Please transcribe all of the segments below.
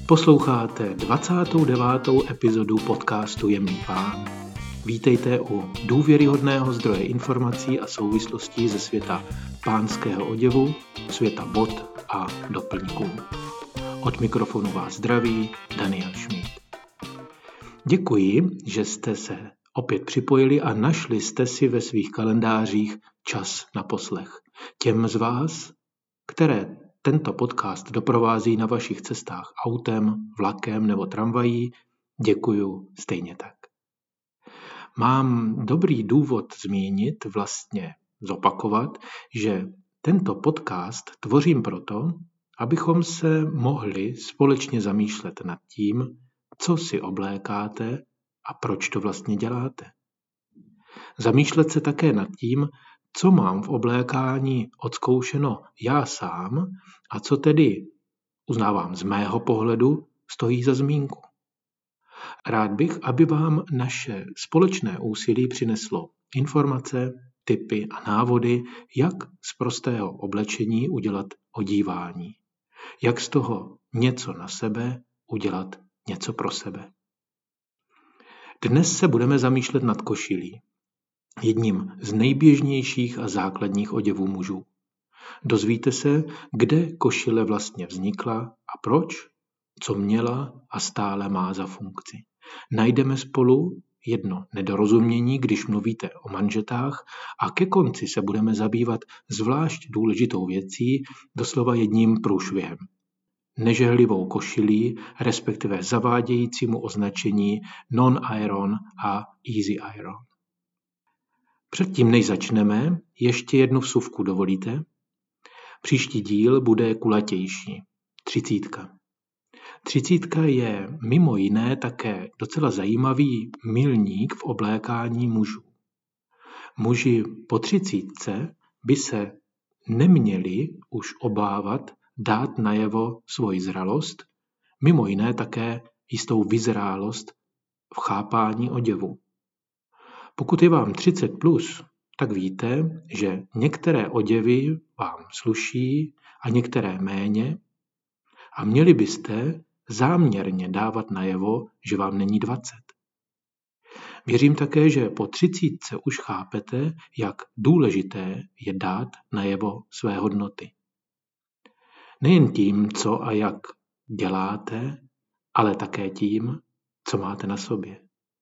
Posloucháte 29. epizodu podcastu Jemný pán. Vítejte u důvěryhodného zdroje informací a souvislostí ze světa pánského oděvu, světa bot a doplňků. Od mikrofonu vás zdraví Daniel Schmid. Děkuji, že jste se opět připojili a našli jste si ve svých kalendářích čas na poslech. Těm z vás, které tento podcast doprovází na vašich cestách autem, vlakem nebo tramvají, děkuju stejně tak. Mám dobrý důvod zmínit, vlastně zopakovat, že tento podcast tvořím proto, abychom se mohli společně zamýšlet nad tím, co si oblékáte a proč to vlastně děláte. Zamýšlet se také nad tím, co mám v oblékání odzkoušeno já sám a co tedy, uznávám z mého pohledu, stojí za zmínku. Rád bych, aby vám naše společné úsilí přineslo informace, tipy a návody, jak z prostého oblečení udělat odívání. Jak z toho něco na sebe udělat něco pro sebe. Dnes se budeme zamýšlet nad košilí, jedním z nejběžnějších a základních oděvů mužů. Dozvíte se, kde košile vlastně vznikla a proč, co měla a stále má za funkci. Najdeme spolu jedno nedorozumění, když mluvíte o manžetách, a ke konci se budeme zabývat zvlášť důležitou věcí, doslova jedním průšvihem. Nežehlivou košilí, respektive zavádějícímu označení non-iron a easy iron. Předtím, než začneme, ještě jednu vsuvku dovolíte? Příští díl bude kulatější. 30. 30 je mimo jiné také docela zajímavý milník v oblékání mužů. Muži po 30 by se neměli už obávat dát najevo svoji zralost, mimo jiné také jistou vyzrálost v chápání oděvu. Pokud je vám 30+, tak víte, že některé oděvy vám sluší a některé méně a měli byste záměrně dávat najevo, že vám není 20. Věřím také, že po 30 už chápete, jak důležité je dát najevo své hodnoty. Nejen tím, co a jak děláte, ale také tím, co máte na sobě.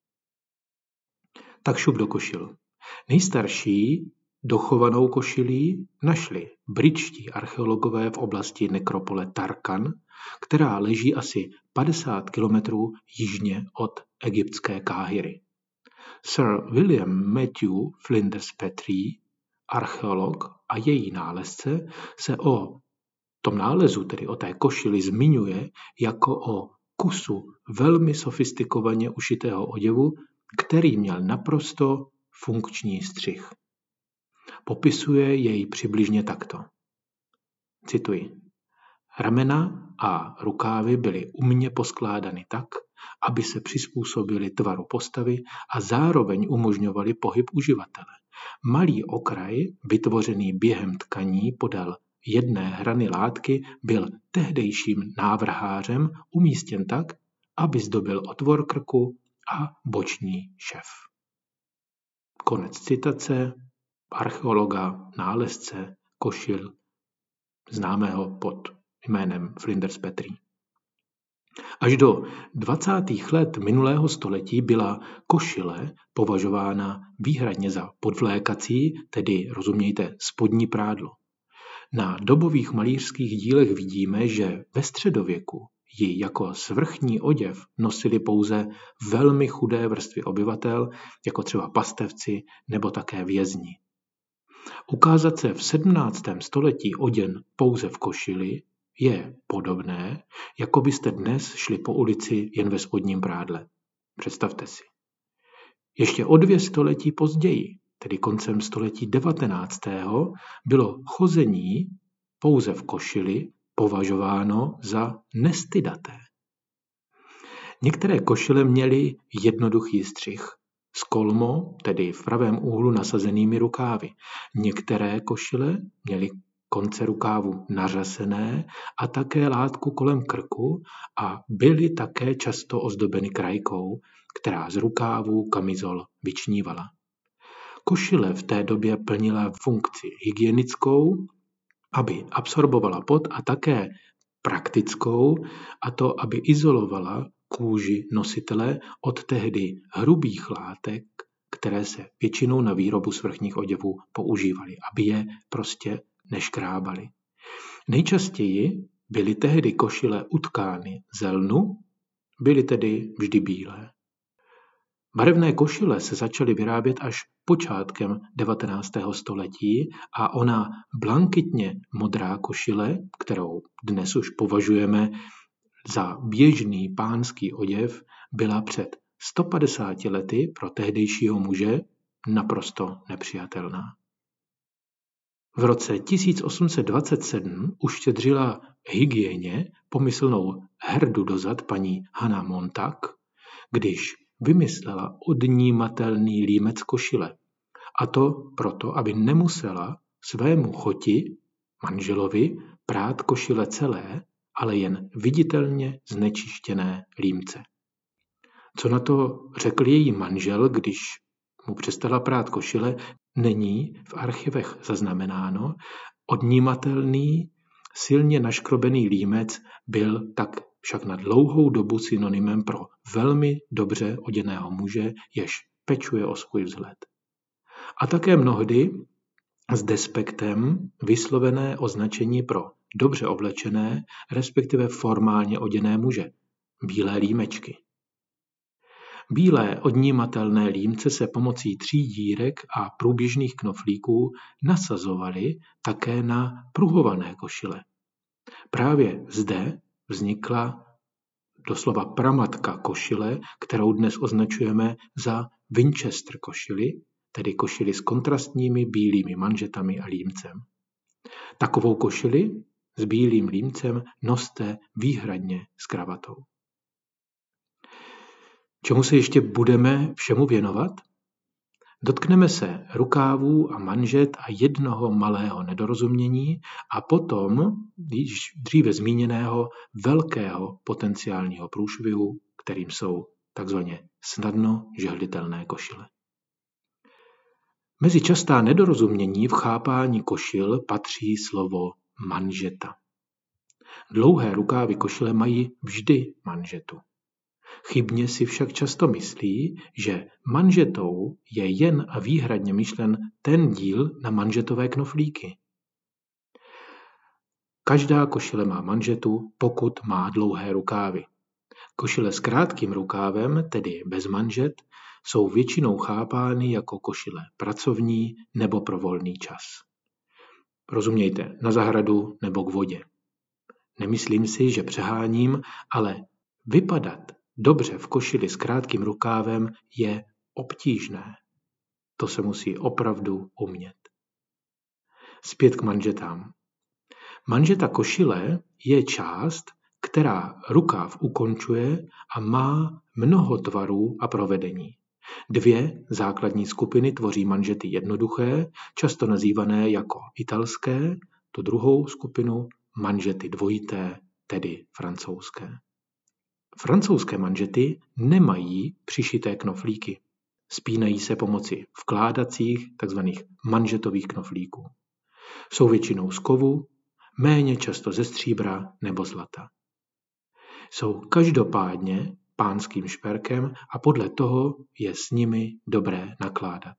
Tak šup do košil. Nejstarší dochovanou košilí našli britští archeologové v oblasti nekropole Tarkan, která leží asi 50 kilometrů jižně od egyptské Káhiry. Sir William Matthew Flinders Petrie, archeolog a její nálezce, se o tom nálezu, tedy o té košili, zmiňuje jako o kusu velmi sofistikovaně ušitého oděvu, který měl naprosto funkční střih. Popisuje jej přibližně takto. Cituji. Ramena a rukávy byly umně poskládány tak, aby se přizpůsobily tvaru postavy a zároveň umožňovaly pohyb uživatele. Malý okraj, vytvořený během tkaní podél jedné hrany látky, byl tehdejším návrhářem umístěn tak, aby zdobil otvor krku a boční šev. Konec citace archeologa, nálezce košil, známého pod jménem Flinders Petrie. Až do 20. let minulého století byla košile považována výhradně za podvlékací, tedy rozumějte spodní prádlo. Na dobových malířských dílech vidíme, že ve středověku ji jako svrchní oděv nosili pouze velmi chudé vrstvy obyvatel, jako třeba pastevci nebo také vězni. Ukázat se v 17. století oděn pouze v košili je podobné, jako byste dnes šli po ulici jen ve spodním prádle. Představte si. Ještě o 2 století později, tedy koncem století 19., bylo chození pouze v košili považováno za nestydaté. Některé košile měly jednoduchý střih, s kolmo, tedy v pravém úhlu nasazenými rukávy. Některé košile měly konce rukávu nařasené a také látku kolem krku a byly také často ozdobeny krajkou, která z rukávů kamizol vyčnívala. Košile v té době plnila funkci hygienickou, aby absorbovala pot, a také praktickou, a to, aby izolovala kůži nositele od tehdy hrubých látek, které se většinou na výrobu svrchních oděvů používaly, aby je prostě neškrábaly. Nejčastěji byly tehdy košile utkány ze lnu, byly tedy vždy bílé. Barevné košile se začaly vyrábět až počátkem 19. století a ona blankitně modrá košile, kterou dnes už považujeme za běžný pánský oděv, byla před 150 lety pro tehdejšího muže naprosto nepřijatelná. V roce 1827 uštědřila hygieně pomyslnou herdu do zad paní Hannah Montag, když vymyslela odnímatelný límec košile. A to proto, aby nemusela svému choti, manželovi, prát košile celé, ale jen viditelně znečištěné límce. Co na to řekl její manžel, když mu přestala prát košile, není v archivech zaznamenáno. Odnímatelný, silně naškrobený límec byl tak však na dlouhou dobu synonymem pro velmi dobře oděného muže, jež pečuje o svůj vzhled. A také mnohdy s despektem vyslovené označení pro dobře oblečené, respektive formálně oděné muže, bílé límečky. Bílé odnímatelné límce se pomocí 3 dírek a průběžných knoflíků nasazovaly také na pruhované košile. Právě zde vznikla doslova pramatka košile, kterou dnes označujeme za Winchester košili, tedy košili s kontrastními bílými manžetami a límcem. Takovou košili s bílým límcem noste výhradně s kravatou. Čemu se ještě budeme všemu věnovat? Dotkneme se rukávů a manžet a jednoho malého nedorozumění a potom již dříve zmíněného velkého potenciálního průšvihu, kterým jsou takzvaně snadno žehlitelné košile. Mezi častá nedorozumění v chápání košil patří slovo manžeta. Dlouhé rukávy košile mají vždy manžetu. Chybně si však často myslí, že manžetou je jen a výhradně myšlen ten díl na manžetové knoflíky. Každá košile má manžetu, pokud má dlouhé rukávy. Košile s krátkým rukávem, tedy bez manžet, jsou většinou chápány jako košile pracovní nebo pro volný čas. Rozumějte, na zahradu nebo k vodě. Nemyslím si, že přeháním, ale vypadat dobře v košili s krátkým rukávem je obtížné. To se musí opravdu umět. Zpět k manžetám. Manžeta košile je část, která rukáv ukončuje a má mnoho tvarů a provedení. 2 základní skupiny tvoří manžety jednoduché, často nazývané jako italské, tu druhou skupinu manžety dvojité, tedy francouzské. Francouzské manžety nemají přišité knoflíky. Spínají se pomocí vkládacích, tzv. Manžetových knoflíků. Jsou většinou z kovu, méně často ze stříbra nebo zlata. Jsou každopádně pánským šperkem a podle toho je s nimi dobré nakládat.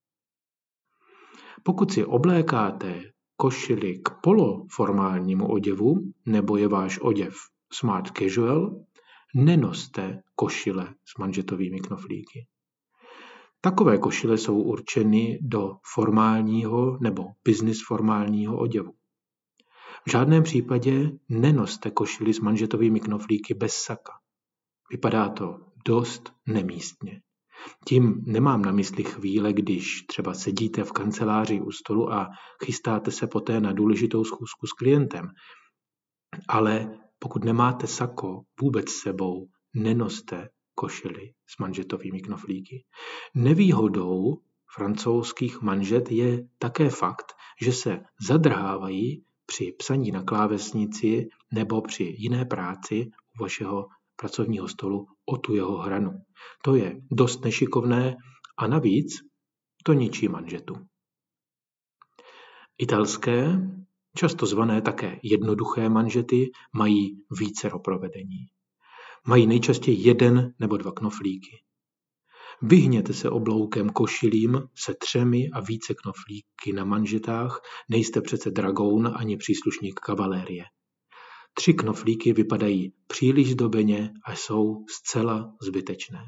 Pokud si oblékáte košili k poloformálnímu oděvu nebo je váš oděv smart casual, nenoste košile s manžetovými knoflíky. Takové košile jsou určeny do formálního nebo business formálního oděvu. V žádném případě nenoste košili s manžetovými knoflíky bez saka. Vypadá to dost nemístně. Tím nemám na mysli chvíle, když třeba sedíte v kanceláři u stolu a chystáte se poté na důležitou schůzku s klientem. Ale pokud nemáte sako vůbec s sebou, nenoste košili s manžetovými knoflíky. Nevýhodou francouzských manžet je také fakt, že se zadrhávají při psaní na klávesnici nebo při jiné práci u vašeho pracovního stolu o tu jeho hranu. To je dost nešikovné a navíc to ničí manžetu. Italské, často zvané také jednoduché manžety, mají vícero provedení. Mají nejčastěji 1 nebo 2 knoflíky. Vyhněte se obloukem košilím se 3 a více knoflíky na manžetách, nejste přece dragoun ani příslušník kavalérie. 3 knoflíky vypadají příliš zdobeně a jsou zcela zbytečné.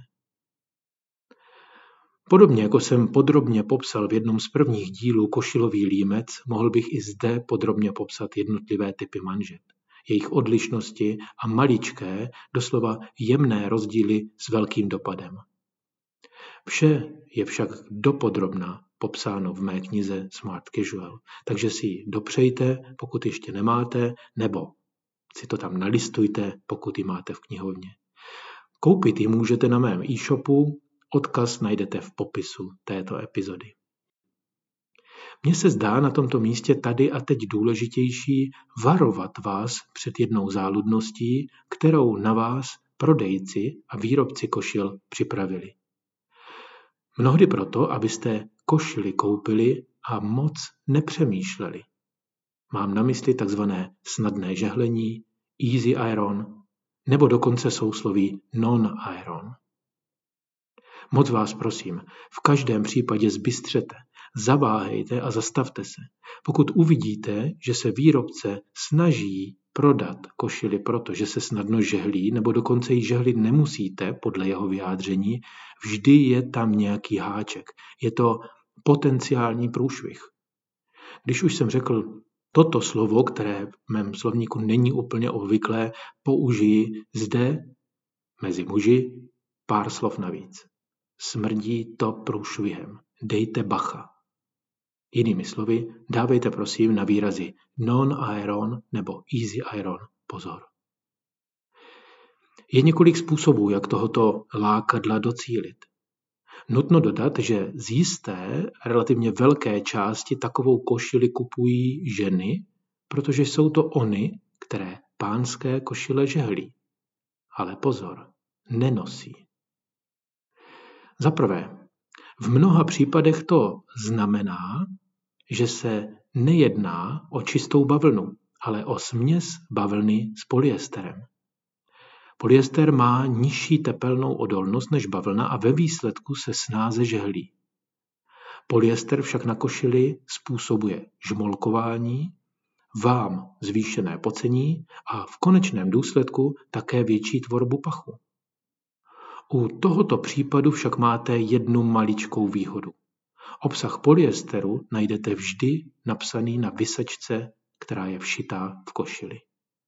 Podobně jako jsem podrobně popsal v jednom z prvních dílů košilový límec, mohl bych i zde podrobně popsat jednotlivé typy manžet, jejich odlišnosti a maličké, doslova jemné rozdíly s velkým dopadem. Vše je však dopodrobna popsáno v mé knize Smart Casual, takže si ji dopřejte, pokud ještě nemáte, nebo si to tam nalistujte, pokud ji máte v knihovně. Koupit ji můžete na mém e-shopu, odkaz najdete v popisu této epizody. Mně se zdá na tomto místě tady a teď důležitější varovat vás před jednou záludností, kterou na vás prodejci a výrobci košil připravili. Mnohdy proto, abyste košili koupili a moc nepřemýšleli. Mám na mysli takzvané snadné žehlení, easy iron, nebo dokonce sousloví non-iron. Moc vás prosím, v každém případě zbystřete, zaváhejte a zastavte se. Pokud uvidíte, že se výrobce snaží prodat košili proto, že se snadno žehlí, nebo dokonce ji žehlit nemusíte, podle jeho vyjádření, vždy je tam nějaký háček. Je to potenciální průšvih. Když už jsem řekl toto slovo, které v mém slovníku není úplně obvyklé, použiji zde mezi muži pár slov navíc. Smrdí to průšvihem. Dejte bacha. Jinými slovy, dávejte prosím na výrazy non-iron nebo easy iron pozor. Je několik způsobů, jak tohoto lákadla docílit. Nutno dodat, že z jisté, relativně velké části takovou košili kupují ženy, protože jsou to ony, které pánské košile žehlí. Ale pozor, nenosí. Za prvé, v mnoha případech to znamená, že se nejedná o čistou bavlnu, ale o směs bavlny s polyesterem. Polyester má nižší tepelnou odolnost než bavlna a ve výsledku se snáze žehlí. Polyester však na košili způsobuje žmolkování, vám zvýšené pocení a v konečném důsledku také větší tvorbu pachu. U tohoto případu však máte jednu maličkou výhodu. Obsah polyesteru najdete vždy napsaný na visačce, která je všitá v košili.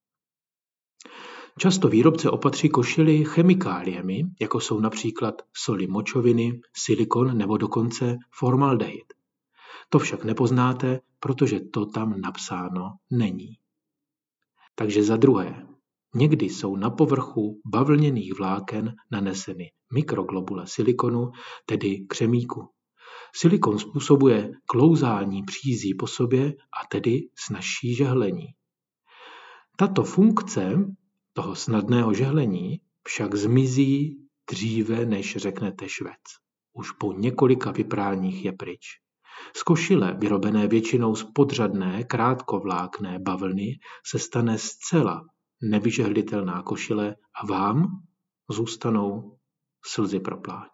Často výrobce opatří košili chemikáliemi, jako jsou například soli močoviny, silikon nebo dokonce formaldehyd. To však nepoznáte, protože to tam napsáno není. Takže za druhé, někdy jsou na povrchu bavlněných vláken naneseny mikroglobule silikonu, tedy křemíku. Silikon způsobuje klouzání přízí po sobě a tedy snazší žehlení. Tato funkce toho snadného žehlení však zmizí dříve, než řeknete švec. Už po několika vypráních je pryč. Z košile, vyrobené většinou z podřadné, krátkovlákné bavlny, se stane zcela nevyžehlitelná košile a vám zůstanou slzy pro pláč.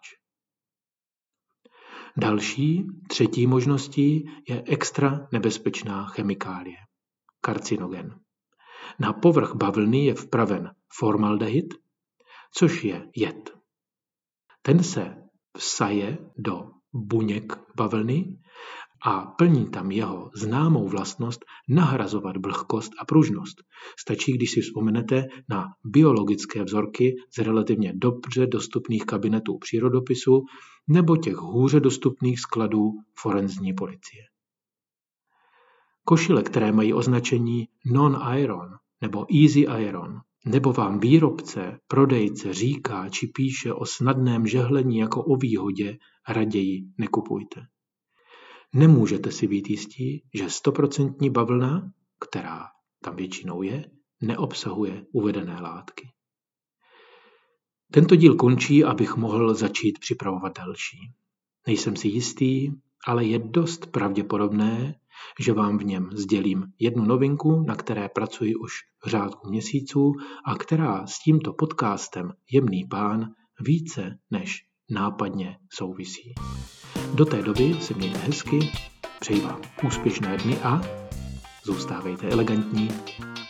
Další, třetí možností je extra nebezpečná chemikálie, karcinogen. Na povrch bavlny je vpraven formaldehyd, což je jed. Ten se vsaje do buněk bavlny a plní tam jeho známou vlastnost nahrazovat vlhkost a pružnost. Stačí, když si vzpomenete na biologické vzorky z relativně dobře dostupných kabinetů přírodopisu nebo těch hůře dostupných skladů forenzní policie. Košile, které mají označení non-iron nebo easy iron, nebo vám výrobce, prodejce říká či píše o snadném žehlení jako o výhodě, raději nekupujte. nemůžete si být jistí, že 100% bavlna, která tam většinou je, neobsahuje uvedené látky. Tento díl končí, abych mohl začít připravovat další. Nejsem si jistý, ale je dost pravděpodobné, že vám v něm sdělím jednu novinku, na které pracuji už řádku měsíců a která s tímto podcastem Jemný pán více než nápadně souvisí. Do té doby se mějte hezky, přeji vám úspěšné dny a zůstávejte elegantní.